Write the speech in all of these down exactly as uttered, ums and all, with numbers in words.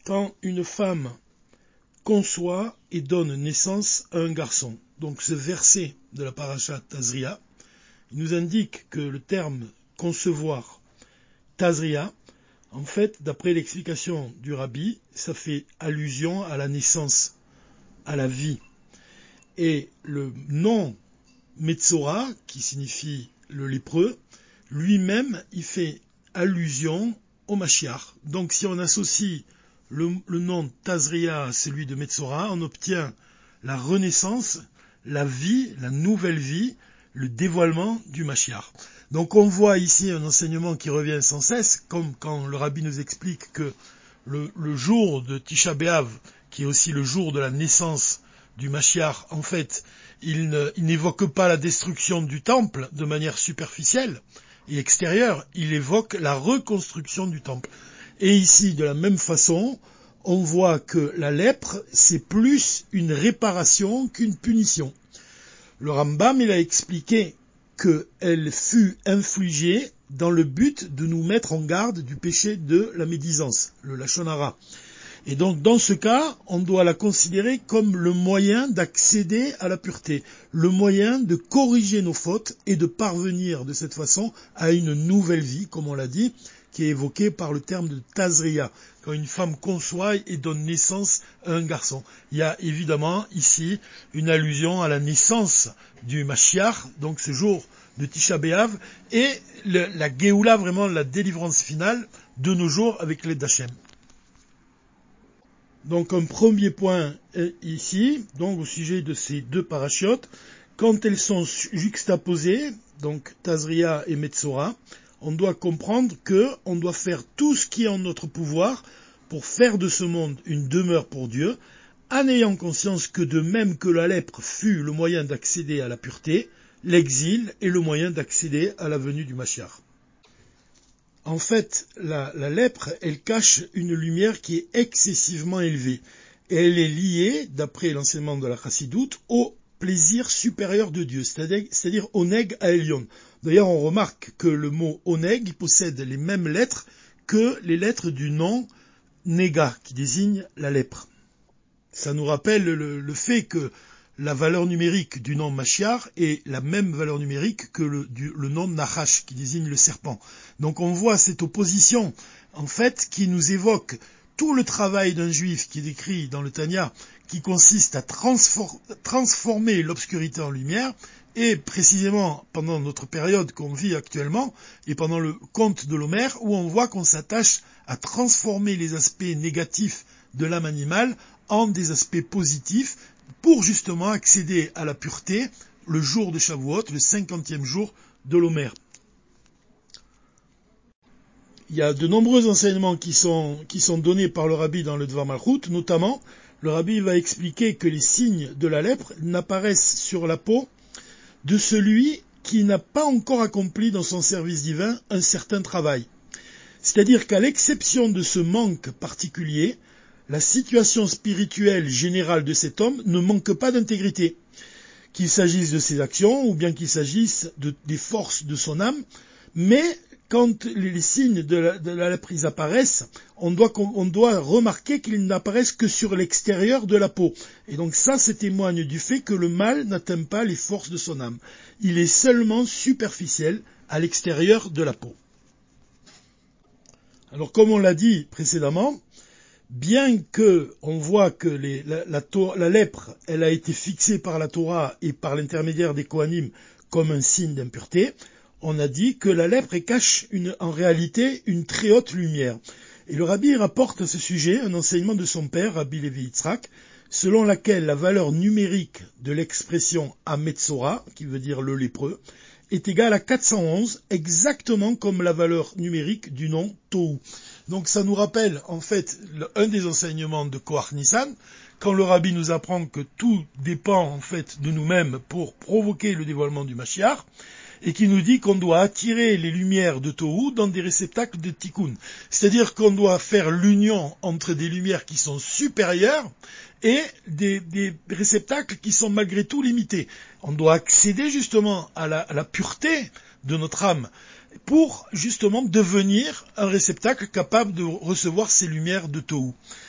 quand une femme conçoit et donne naissance à un garçon. Donc ce verset de la parasha Tazria, il nous indique que le terme concevoir, Tazria, en fait, d'après l'explication du rabbi, ça fait allusion à la naissance, à la vie. Et le nom Metzora, qui signifie le lépreux, lui-même, il fait allusion au Mashiach. Donc si on associe le, le nom Tazria à celui de Metzora, on obtient la renaissance, la vie, la nouvelle vie, le dévoilement du Mashiach. Donc on voit ici un enseignement qui revient sans cesse, comme quand le rabbi nous explique que le, le jour de Tisha B'Av, qui est aussi le jour de la naissance du Mashiach, en fait, il, ne, il n'évoque pas la destruction du temple de manière superficielle et extérieure, il évoque la reconstruction du temple. Et ici, de la même façon, on voit que la lèpre, c'est plus une réparation qu'une punition. Le Rambam, il a expliqué qu'elle fut infligée dans le but de nous mettre en garde du péché de la médisance, le lachon hara. Et donc, dans ce cas, on doit la considérer comme le moyen d'accéder à la pureté, le moyen de corriger nos fautes et de parvenir de cette façon à une nouvelle vie, comme on l'a dit, qui est évoquée par le terme de Tazria, quand une femme conçoit et donne naissance à un garçon. Il y a évidemment ici une allusion à la naissance du Mashiach, donc ce jour de Tisha B'Av, et le, la Géoula, vraiment la délivrance finale de nos jours avec l'aide d'Hachem. Donc un premier point est ici, donc au sujet de ces deux parachiotes, quand elles sont juxtaposées, donc Tazria et Metzora, on doit comprendre que on doit faire tout ce qui est en notre pouvoir pour faire de ce monde une demeure pour Dieu, en ayant conscience que de même que la lèpre fut le moyen d'accéder à la pureté, l'exil est le moyen d'accéder à la venue du Mashiach. En fait, la, la lèpre, elle cache une lumière qui est excessivement élevée. Et elle est liée, d'après l'enseignement de la Chassidoute, au plaisir supérieur de Dieu, c'est-à-dire, c'est-à-dire Oneg Aelion. D'ailleurs, on remarque que le mot Oneg possède les mêmes lettres que les lettres du nom Nega, qui désigne la lèpre. Ça nous rappelle le, le fait que la valeur numérique du nom Mashiach est la même valeur numérique que le, du, le nom Nachash, qui désigne le serpent. Donc on voit cette opposition, en fait, qui nous évoque tout le travail d'un juif qui est décrit dans le Tanya, qui consiste à transfor- transformer l'obscurité en lumière, et précisément pendant notre période qu'on vit actuellement, et pendant le conte de l'Homère, où on voit qu'on s'attache à transformer les aspects négatifs de l'âme animale en des aspects positifs, pour justement accéder à la pureté le jour de Shavuot, le cinquantième jour de l'Homère. Il y a de nombreux enseignements qui sont, qui sont donnés par le rabbi dans le Dvar Malchut, notamment, le rabbi va expliquer que les signes de la lèpre n'apparaissent sur la peau de celui qui n'a pas encore accompli dans son service divin un certain travail. C'est-à-dire qu'à l'exception de ce manque particulier, la situation spirituelle générale de cet homme ne manque pas d'intégrité, qu'il s'agisse de ses actions ou bien qu'il s'agisse de, des forces de son âme, mais quand les signes de la, de la lèpre apparaissent, on doit, on doit remarquer qu'ils n'apparaissent que sur l'extérieur de la peau. Et donc ça, ça témoigne du fait que le mal n'atteint pas les forces de son âme. Il est seulement superficiel à l'extérieur de la peau. Alors comme on l'a dit précédemment, bien que on voit que les, la, la, la lèpre, elle a été fixée par la Torah et par l'intermédiaire des Kohanim comme un signe d'impureté, on a dit que la lèpre cache une, en réalité une très haute lumière. Et le rabbi rapporte à ce sujet un enseignement de son père, Rabbi Levi Yitzhak, selon laquelle la valeur numérique de l'expression Ametzora, qui veut dire le lépreux, est égale à quatre cent onze, exactement comme la valeur numérique du nom Tohu. Donc ça nous rappelle en fait un des enseignements de Koach Nissan, quand le rabbi nous apprend que tout dépend en fait de nous-mêmes pour provoquer le dévoilement du Mashiach, et qui nous dit qu'on doit attirer les lumières de Tohu dans des réceptacles de Tikkun. C'est-à-dire qu'on doit faire l'union entre des lumières qui sont supérieures et des, des réceptacles qui sont malgré tout limités. On doit accéder justement à la, à la pureté de notre âme pour justement devenir un réceptacle capable de recevoir ces lumières de Tohu.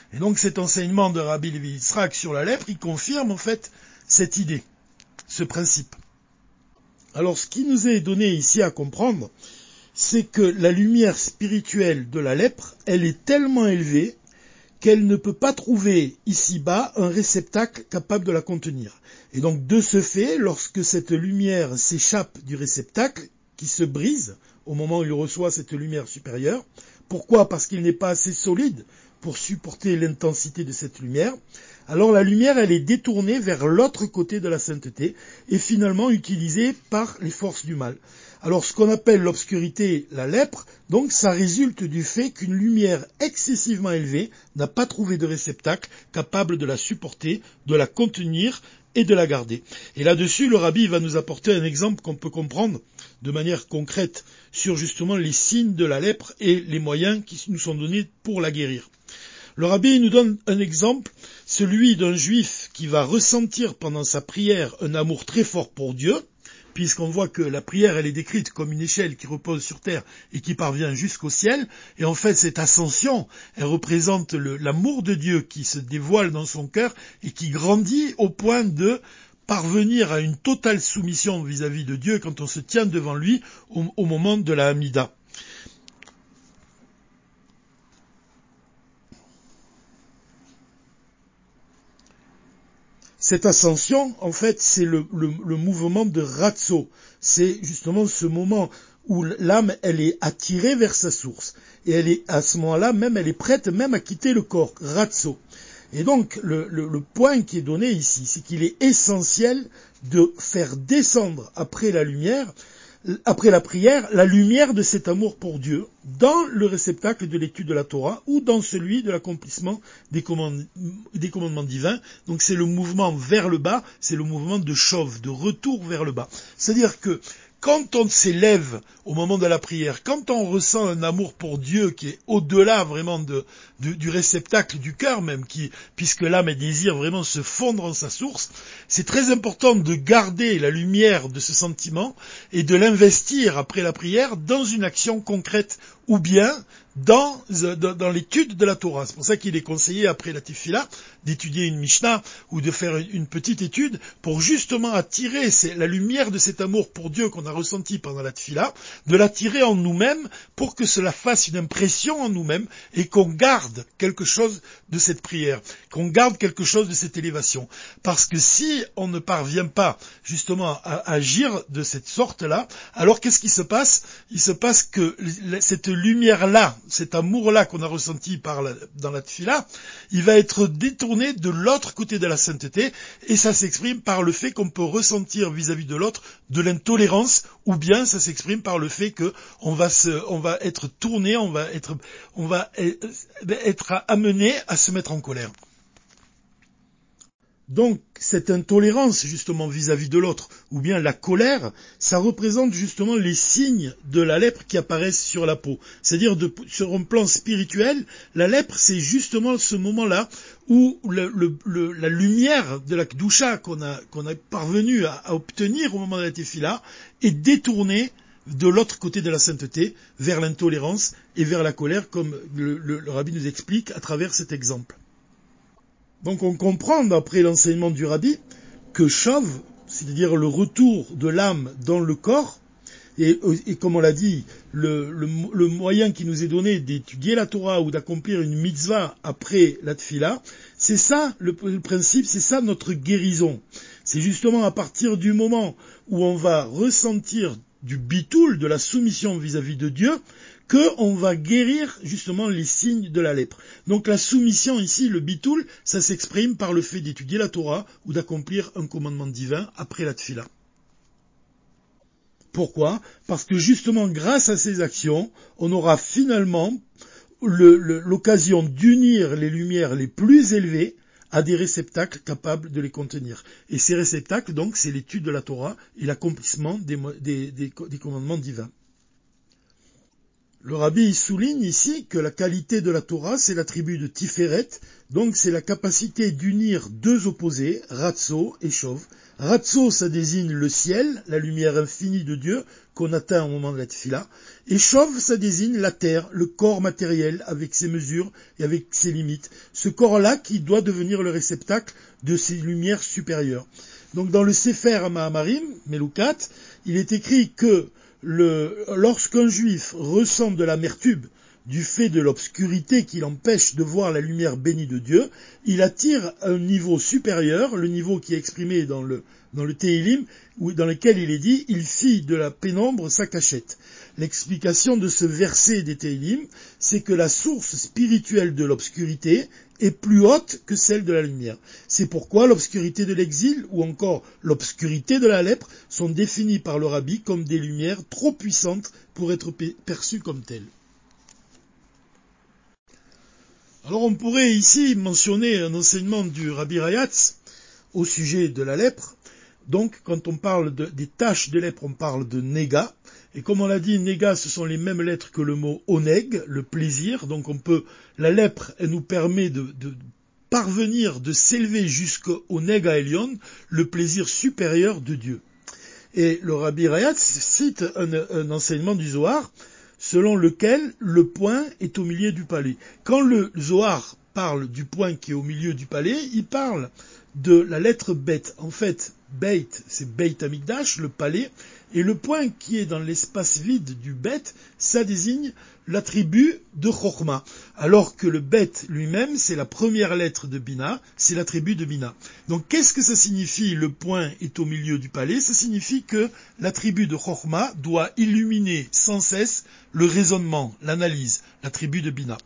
Et donc cet enseignement de Rabbi Levi Yitzhak sur la lèpre, il confirme en fait cette idée, ce principe. Alors ce qui nous est donné ici à comprendre, c'est que la lumière spirituelle de la lèpre, elle est tellement élevée qu'elle ne peut pas trouver ici-bas un réceptacle capable de la contenir. Et donc de ce fait, lorsque cette lumière s'échappe du réceptacle, qui se brise au moment où il reçoit cette lumière supérieure, pourquoi ? Parce qu'il n'est pas assez solide pour supporter l'intensité de cette lumière, alors la lumière, elle est détournée vers l'autre côté de la sainteté et finalement utilisée par les forces du mal. Alors ce qu'on appelle l'obscurité, la lèpre, donc ça résulte du fait qu'une lumière excessivement élevée n'a pas trouvé de réceptacle capable de la supporter, de la contenir et de la garder. Et là-dessus, le rabbi va nous apporter un exemple qu'on peut comprendre de manière concrète sur justement les signes de la lèpre et les moyens qui nous sont donnés pour la guérir. Le rabbi nous donne un exemple, celui d'un juif qui va ressentir pendant sa prière un amour très fort pour Dieu, puisqu'on voit que la prière, elle est décrite comme une échelle qui repose sur terre et qui parvient jusqu'au ciel. Et en fait, cette ascension, elle représente le, l'amour de Dieu qui se dévoile dans son cœur et qui grandit au point de parvenir à une totale soumission vis-à-vis de Dieu quand on se tient devant lui au, au moment de la Hamida. Cette ascension, en fait, c'est le, le, le mouvement de Ratso. C'est justement ce moment où l'âme, elle est attirée vers sa source. Et elle est, à ce moment-là, même, elle est prête même à quitter le corps. Ratso. Et donc, le, le, le point qui est donné ici, c'est qu'il est essentiel de faire descendre après la lumière, après la prière, la lumière de cet amour pour Dieu dans le réceptacle de l'étude de la Torah ou dans celui de l'accomplissement des, commande, des commandements divins. Donc c'est le mouvement vers le bas, c'est le mouvement de chauve, de retour vers le bas. C'est-à-dire que quand on s'élève au moment de la prière, quand on ressent un amour pour Dieu qui est au-delà vraiment de, de, du réceptacle du cœur même, qui, puisque l'âme désire vraiment se fondre en sa source, c'est très important de garder la lumière de ce sentiment et de l'investir après la prière dans une action concrète ou bien dans, dans, dans l'étude de la Torah. C'est pour ça qu'il est conseillé après la Tefila d'étudier une Mishnah ou de faire une petite étude pour justement attirer la lumière de cet amour pour Dieu qu'on a ressenti pendant la Tefila, de l'attirer en nous-mêmes pour que cela fasse une impression en nous-mêmes et qu'on garde quelque chose de cette prière, qu'on garde quelque chose de cette élévation. Parce que si on ne parvient pas justement à agir de cette sorte-là, alors qu'est-ce qui se passe ? Il se passe que cette lumière-là, cet amour-là qu'on a ressenti par la, dans la Tefila, il va être détourné de l'autre côté de la sainteté, et ça s'exprime par le fait qu'on peut ressentir vis-à-vis de l'autre de l'intolérance, ou bien ça s'exprime par le fait que on va se, on va être tourné, on va être, on va être amené à se mettre en colère. Donc, cette intolérance, justement, vis-à-vis de l'autre, ou bien la colère, ça représente justement les signes de la lèpre qui apparaissent sur la peau. C'est-à-dire, de, sur un plan spirituel, la lèpre, c'est justement ce moment-là où le, le, le, la lumière de la Kedusha qu'on a, qu'on a parvenu à, à obtenir au moment de la Tefila est détournée de l'autre côté de la sainteté, vers l'intolérance et vers la colère, comme le, le, le rabbi nous explique à travers cet exemple. Donc on comprend, d'après l'enseignement du rabbi, que Shav, c'est-à-dire le retour de l'âme dans le corps, et, et comme on l'a dit, le, le, le moyen qui nous est donné d'étudier la Torah ou d'accomplir une mitzvah après la tefila, c'est ça le, le principe, c'est ça notre guérison. C'est justement à partir du moment où on va ressentir du bitoul, de la soumission vis-à-vis de Dieu, qu'on va guérir justement les signes de la lèpre. Donc la soumission ici, le bitoul, ça s'exprime par le fait d'étudier la Torah ou d'accomplir un commandement divin après la tefila. Pourquoi ? Parce que justement grâce à ces actions, on aura finalement le, le, l'occasion d'unir les lumières les plus élevées à des réceptacles capables de les contenir. Et ces réceptacles, donc, c'est l'étude de la Torah et l'accomplissement des, des, des, des commandements divins. Le rabbi souligne ici que la qualité de la Torah, c'est l'attribut de Tiferet, donc c'est la capacité d'unir deux opposés, Ratso et Chov. Ratso, ça désigne le ciel, la lumière infinie de Dieu, qu'on atteint au moment de la Tefila, et Chov, ça désigne la terre, le corps matériel, avec ses mesures et avec ses limites. Ce corps-là qui doit devenir le réceptacle de ces lumières supérieures. Donc dans le Sefer Mahamarim, Melukat, il est écrit que Le, lorsqu'un juif ressent de l'amertume du fait de l'obscurité qui l'empêche de voir la lumière bénie de Dieu, il attire un niveau supérieur, le niveau qui est exprimé dans le, dans le Tehillim, dans lequel il est dit « Il fit de la pénombre sa cachette ». L'explication de ce verset des Tehillim, c'est que la source spirituelle de l'obscurité est plus haute que celle de la lumière. C'est pourquoi l'obscurité de l'exil ou encore l'obscurité de la lèpre sont définies par le rabbi comme des lumières trop puissantes pour être perçues comme telles. Alors on pourrait ici mentionner un enseignement du rabbi Rayatz au sujet de la lèpre. Donc quand on parle de, des taches de lèpre, on parle de néga. Et comme on l'a dit, néga, ce sont les mêmes lettres que le mot oneg, le plaisir. Donc on peut, la lèpre, elle nous permet de, de parvenir, de s'élever jusqu'au nega Elion, le plaisir supérieur de Dieu. Et le rabbi Rayatz cite un, un enseignement du Zohar, selon lequel le point est au milieu du palais. Quand le Zohar parle du point qui est au milieu du palais, il parle de la lettre Bet. En fait, Beit, c'est Beit Hamikdash, le palais, et le point qui est dans l'espace vide du Bet, ça désigne l'attribut de Chokhmah. Alors que le Bet lui-même, c'est la première lettre de Bina, c'est l'attribut de Bina. Donc qu'est-ce que ça signifie, le point est au milieu du palais? Ça signifie que l'attribut de Chokhmah doit illuminer sans cesse le raisonnement, l'analyse, l'attribut de Bina.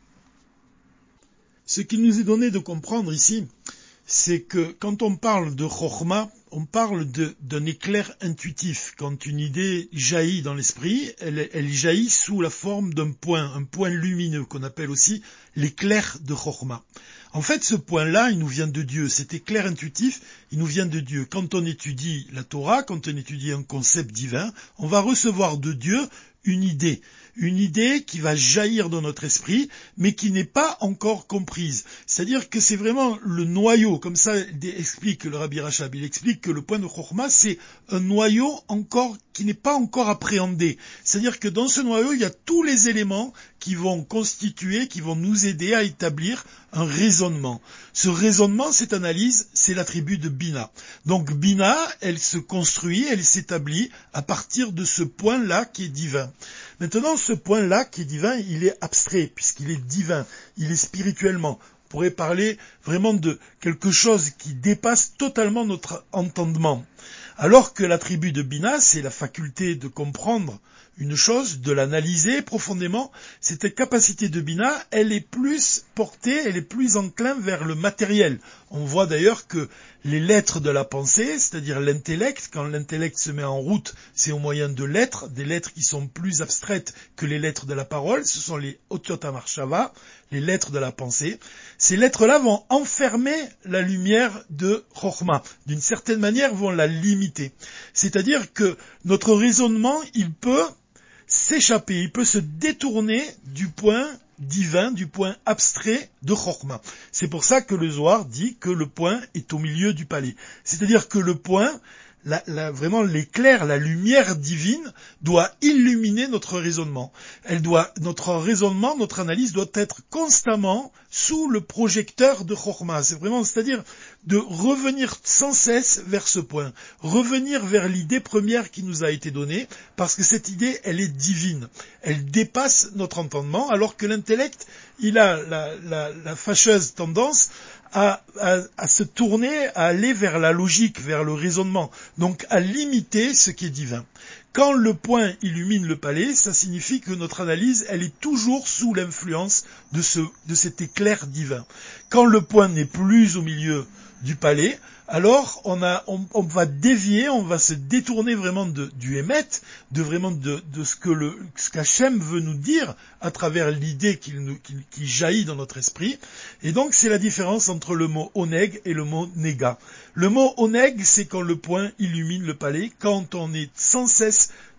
Ce qu'il nous est donné de comprendre ici, c'est que quand on parle de Chokhmah, on parle de, d'un éclair intuitif. Quand une idée jaillit dans l'esprit, elle, elle jaillit sous la forme d'un point, un point lumineux qu'on appelle aussi l'éclair de Chokhmah. En fait, ce point-là, il nous vient de Dieu. Cet éclair intuitif, il nous vient de Dieu. Quand on étudie la Torah, quand on étudie un concept divin, on va recevoir de Dieu une idée. Une idée qui va jaillir dans notre esprit, mais qui n'est pas encore comprise. C'est-à-dire que c'est vraiment le noyau, comme ça explique le Rabbi Rachab, il explique que le point de Chokhmah, c'est un noyau encore qui n'est pas encore appréhendé. C'est-à-dire que dans ce noyau, il y a tous les éléments qui vont constituer, qui vont nous aider à établir un raisonnement. Ce raisonnement, cette analyse, c'est l'attribut de Bina. Donc Bina, elle se construit, elle s'établit à partir de ce point-là qui est divin. Maintenant, ce point-là qui est divin, il est abstrait, puisqu'il est divin, il est spirituellement. On pourrait parler vraiment de quelque chose qui dépasse totalement notre entendement. Alors que l'attribut de Bina, c'est la faculté de comprendre une chose, de l'analyser profondément. Cette capacité de Bina, elle est plus portée, elle est plus enclin vers le matériel. On voit d'ailleurs que les lettres de la pensée, c'est-à-dire l'intellect, quand l'intellect se met en route, c'est au moyen de lettres, des lettres qui sont plus abstraites que les lettres de la parole, ce sont les Otiot HaMachshava, les lettres de la pensée. Ces lettres-là vont enfermer la lumière de Chokhmah. D'une certaine manière, vont la limiter. C'est-à-dire que notre raisonnement, il peut s'échapper, il peut se détourner du point divin, du point abstrait de Chokhmah. C'est pour ça que le Zohar dit que le point est au milieu du palais. C'est-à-dire que le point, la, la, vraiment l'éclair, la lumière divine doit illuminer notre raisonnement. Elle doit, notre raisonnement, notre analyse doit être constamment sous le projecteur de Chokhmah. C'est vraiment, c'est-à-dire de revenir sans cesse vers ce point, revenir vers l'idée première qui nous a été donnée, parce que cette idée, elle est divine. Elle dépasse notre entendement, alors que l'intellect, il a la, la, la fâcheuse tendance à, à, à se tourner, à aller vers la logique, vers le raisonnement, donc à limiter ce qui est divin. Quand le point illumine le palais, ça signifie que notre analyse, elle est toujours sous l'influence de ce, de cet éclair divin. Quand le point n'est plus au milieu du palais, alors on, a, on, on va dévier, on va se détourner vraiment de, du émet, de vraiment de, de ce que le, ce qu'Hachem veut nous dire à travers l'idée qu'il nous, qui, qui jaillit dans notre esprit. Et donc c'est la différence entre le mot oneg et le mot néga. Le mot oneg, c'est quand le point illumine le palais, quand on est sans cesse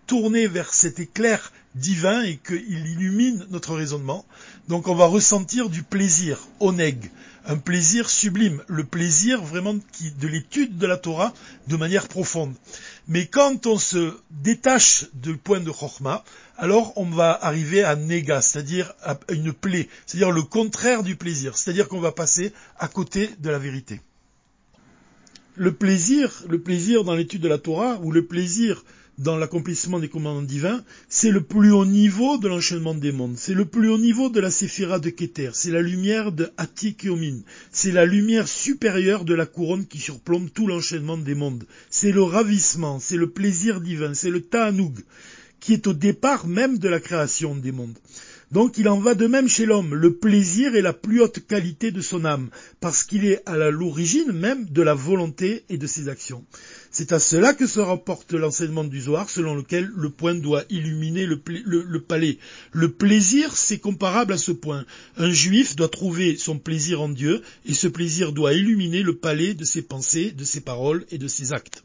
tourner vers cet éclair divin et qu'il illumine notre raisonnement. Donc on va ressentir du plaisir, oneg, un plaisir sublime, le plaisir vraiment qui, de l'étude de la Torah de manière profonde. Mais quand on se détache du point de Chokhmah, alors on va arriver à Nega, c'est-à-dire à une plaie, c'est-à-dire le contraire du plaisir, c'est-à-dire qu'on va passer à côté de la vérité. Le plaisir, le plaisir dans l'étude de la Torah, ou le plaisir dans l'accomplissement des commandements divins, c'est le plus haut niveau de l'enchaînement des mondes. C'est le plus haut niveau de la séphira de Keter. C'est la lumière de Atik et Omin. C'est la lumière supérieure de la couronne qui surplombe tout l'enchaînement des mondes. C'est le ravissement, c'est le plaisir divin, c'est le ta'anoug, qui est au départ même de la création des mondes. Donc il en va de même chez l'homme. Le plaisir est la plus haute qualité de son âme, parce qu'il est à l'origine même de la volonté et de ses actions. C'est à cela que se rapporte l'enseignement du Zohar, selon lequel le point doit illuminer le, pla- le, le palais. Le plaisir, c'est comparable à ce point. Un juif doit trouver son plaisir en Dieu, et ce plaisir doit illuminer le palais de ses pensées, de ses paroles et de ses actes.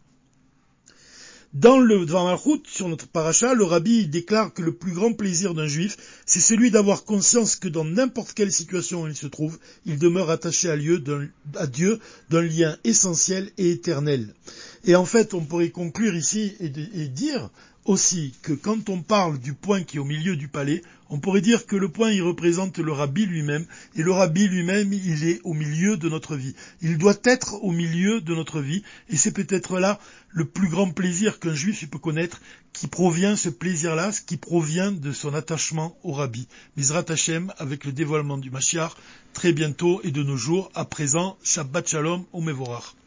Dans le Dvar Malchut, sur notre paracha, le rabbi déclare que le plus grand plaisir d'un juif, c'est celui d'avoir conscience que dans n'importe quelle situation où il se trouve, il demeure attaché à, lieu d'un, à Dieu d'un lien essentiel et éternel. Et en fait, on pourrait conclure ici et, de, et dire aussi que quand on parle du point qui est au milieu du palais, on pourrait dire que le point, il représente le rabbi lui-même, et le rabbi lui-même, il est au milieu de notre vie. Il doit être au milieu de notre vie, et c'est peut-être là le plus grand plaisir qu'un juif peut connaître, qui provient, ce plaisir-là, qui provient de son attachement au rabbi. Mizrat Hashem, avec le dévoilement du Mashiach, très bientôt et de nos jours, à présent, Shabbat Shalom, Omevorach.